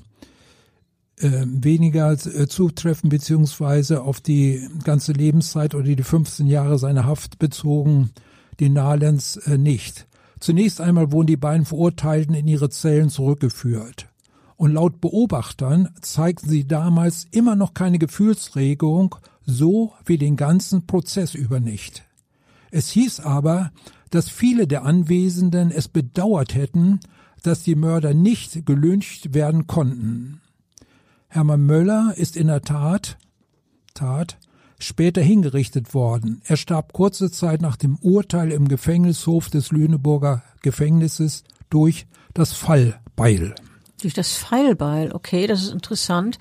Speaker 4: weniger zutreffen beziehungsweise auf die ganze Lebenszeit oder die 15 Jahre seiner Haft bezogen, die Nahlenz nicht. Zunächst einmal wurden die beiden Verurteilten in ihre Zellen zurückgeführt. Und laut Beobachtern zeigten sie damals immer noch keine Gefühlsregung, so wie den ganzen Prozess über nicht. Es hieß aber, dass viele der Anwesenden es bedauert hätten, dass die Mörder nicht gelyncht werden konnten. Hermann Möller ist in der Tat später hingerichtet worden. Er starb kurze Zeit nach dem Urteil im Gefängnishof des Lüneburger Gefängnisses durch das Fallbeil.
Speaker 2: Durch das Pfeilbeil, okay, das ist interessant.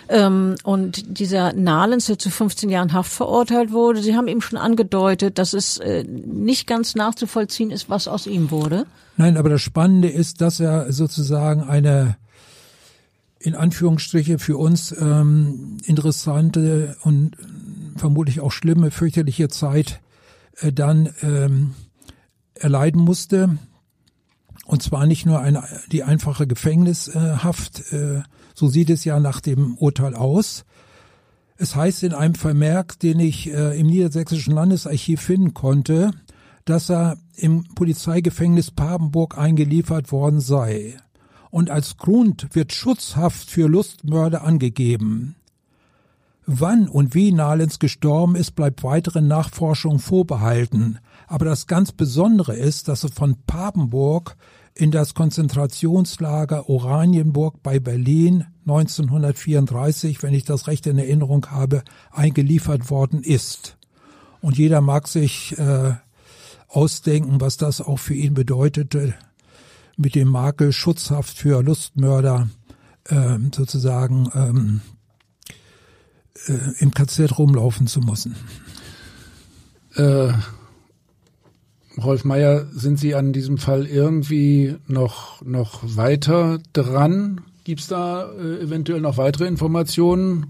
Speaker 2: Und dieser Nahlenz, der zu 15 Jahren Haft verurteilt wurde, Sie haben eben schon angedeutet, dass es nicht ganz nachzuvollziehen ist, was aus ihm wurde.
Speaker 4: Nein, aber das Spannende ist, dass er sozusagen eine, in Anführungsstriche für uns interessante und vermutlich auch schlimme, fürchterliche Zeit dann erleiden musste. Und zwar nicht nur die einfache Gefängnishaft, so sieht es ja nach dem Urteil aus. Es heißt in einem Vermerk, den ich im Niedersächsischen Landesarchiv finden konnte, dass er im Polizeigefängnis Papenburg eingeliefert worden sei. Und als Grund wird Schutzhaft für Lustmörder angegeben. Wann und wie Nahlenz gestorben ist, bleibt weiteren Nachforschungen vorbehalten. Aber das ganz Besondere ist, dass er von Papenburg in das Konzentrationslager Oranienburg bei Berlin 1934, wenn ich das recht in Erinnerung habe, eingeliefert worden ist. Und jeder mag sich ausdenken, was das auch für ihn bedeutete, mit dem Makel Schutzhaft für Lustmörder sozusagen im KZ rumlaufen zu müssen.
Speaker 3: Rolf Mayer, sind Sie an diesem Fall irgendwie noch weiter dran? Gibt es da eventuell noch weitere Informationen?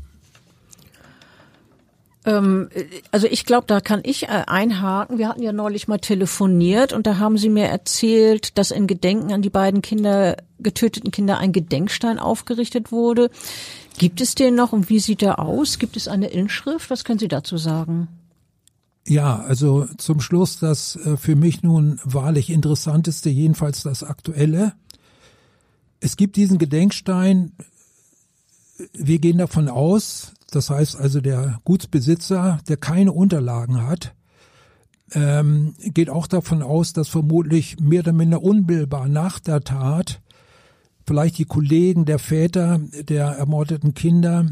Speaker 2: Also ich glaube, da kann ich einhaken. Wir hatten ja neulich mal telefoniert und da haben Sie mir erzählt, dass in Gedenken an die beiden getöteten Kinder ein Gedenkstein aufgerichtet wurde. Gibt es den noch und wie sieht der aus? Gibt es eine Inschrift? Was können Sie dazu sagen?
Speaker 4: Ja, also zum Schluss das für mich nun wahrlich Interessanteste, jedenfalls das Aktuelle. Es gibt diesen Gedenkstein, wir gehen davon aus, das heißt also der Gutsbesitzer, der keine Unterlagen hat, geht auch davon aus, dass vermutlich mehr oder minder unmittelbar nach der Tat vielleicht die Kollegen der Väter der ermordeten Kinder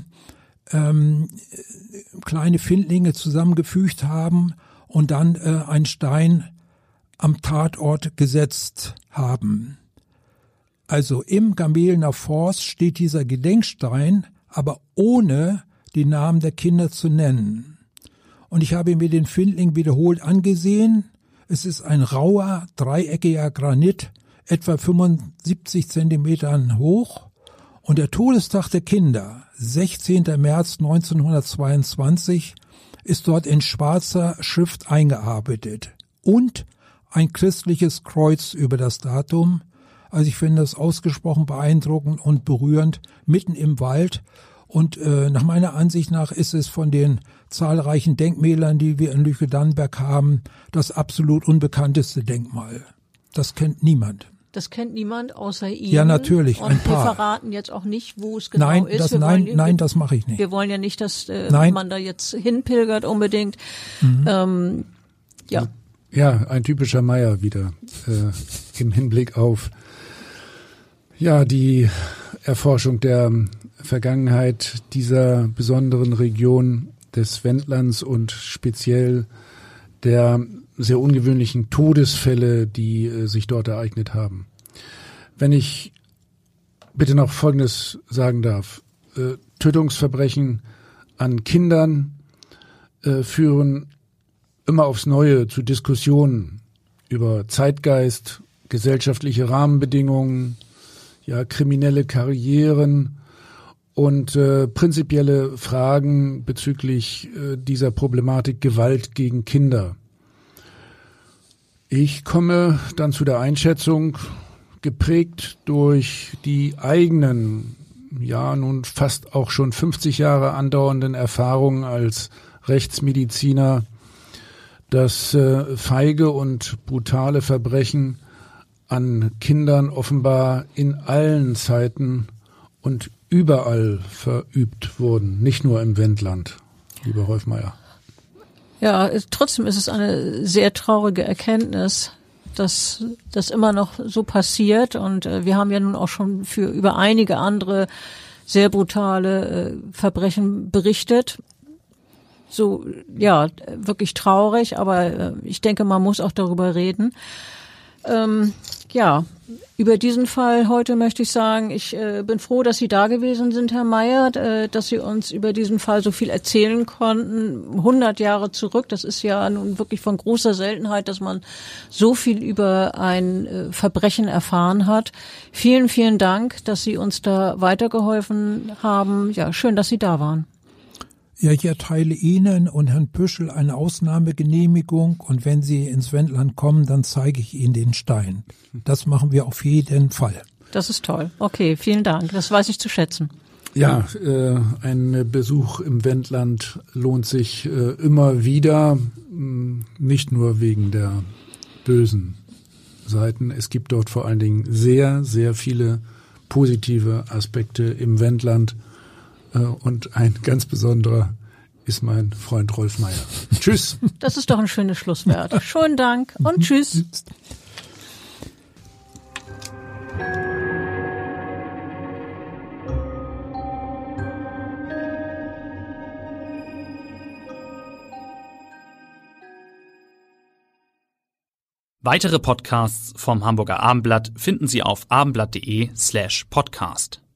Speaker 4: kleine Findlinge zusammengefügt haben und dann einen Stein am Tatort gesetzt haben. Also im Gameler Forst steht dieser Gedenkstein, aber ohne die Namen der Kinder zu nennen. Und ich habe mir den Findling wiederholt angesehen. Es ist ein rauer, dreieckiger Granit, etwa 75 Zentimetern hoch. Und der Todestag der Kinder, 16. März 1922, ist dort in schwarzer Schrift eingearbeitet. Und ein christliches Kreuz über das Datum. Also ich finde das ausgesprochen beeindruckend und berührend, mitten im Wald. Und nach meiner Ansicht nach ist es von den zahlreichen Denkmälern, die wir in Lüchow-Dannenberg haben, das absolut unbekannteste Denkmal. Das kennt niemand.
Speaker 2: Das kennt niemand außer Ihnen.
Speaker 4: Ja, natürlich,
Speaker 2: und
Speaker 4: ein paar.
Speaker 2: Wir verraten jetzt auch nicht, wo es genau
Speaker 4: Nein,
Speaker 2: ist.
Speaker 4: Das mache ich nicht.
Speaker 2: Wir wollen ja nicht, dass
Speaker 4: Nein.
Speaker 2: man da jetzt hinpilgert unbedingt. Ja.
Speaker 3: Ja, ein typischer Meyer wieder im Hinblick auf die Erforschung der Vergangenheit dieser besonderen Region des Wendlands und speziell der sehr ungewöhnlichen Todesfälle, die sich dort ereignet haben. Wenn ich bitte noch Folgendes sagen darf. Tötungsverbrechen an Kindern führen immer aufs Neue zu Diskussionen über Zeitgeist, gesellschaftliche Rahmenbedingungen, kriminelle Karrieren und prinzipielle Fragen bezüglich dieser Problematik Gewalt gegen Kinder. Ich komme dann zu der Einschätzung, geprägt durch die eigenen, nun fast auch schon 50 Jahre andauernden Erfahrungen als Rechtsmediziner, dass feige und brutale Verbrechen an Kindern offenbar in allen Zeiten und überall verübt wurden, nicht nur im Wendland, lieber Rolf-Meyer.
Speaker 2: Ja, trotzdem ist es eine sehr traurige Erkenntnis, dass das immer noch so passiert. Und wir haben ja nun auch schon über einige andere sehr brutale Verbrechen berichtet. So, wirklich traurig, aber ich denke, man muss auch darüber reden. Über diesen Fall heute möchte ich sagen, ich bin froh, dass Sie da gewesen sind, Herr Meyer, dass Sie uns über diesen Fall so viel erzählen konnten. 100 Jahre zurück, das ist ja nun wirklich von großer Seltenheit, dass man so viel über ein Verbrechen erfahren hat. Vielen, vielen Dank, dass Sie uns da weitergeholfen haben. Ja, schön, dass Sie da waren.
Speaker 4: Ja, ich erteile Ihnen und Herrn Püschel eine Ausnahmegenehmigung und wenn Sie ins Wendland kommen, dann zeige ich Ihnen den Stein. Das machen wir auf jeden Fall.
Speaker 2: Das ist toll. Okay, vielen Dank. Das weiß ich zu schätzen.
Speaker 3: Ja, ein Besuch im Wendland lohnt sich immer wieder, nicht nur wegen der bösen Seiten. Es gibt dort vor allen Dingen sehr, sehr viele positive Aspekte im Wendland. Und ein ganz besonderer ist mein Freund Rolf Meyer. Tschüss.
Speaker 2: Das ist doch ein schönes Schlusswort. Schönen Dank und tschüss.
Speaker 1: Weitere Podcasts vom Hamburger Abendblatt finden Sie auf abendblatt.de/podcast.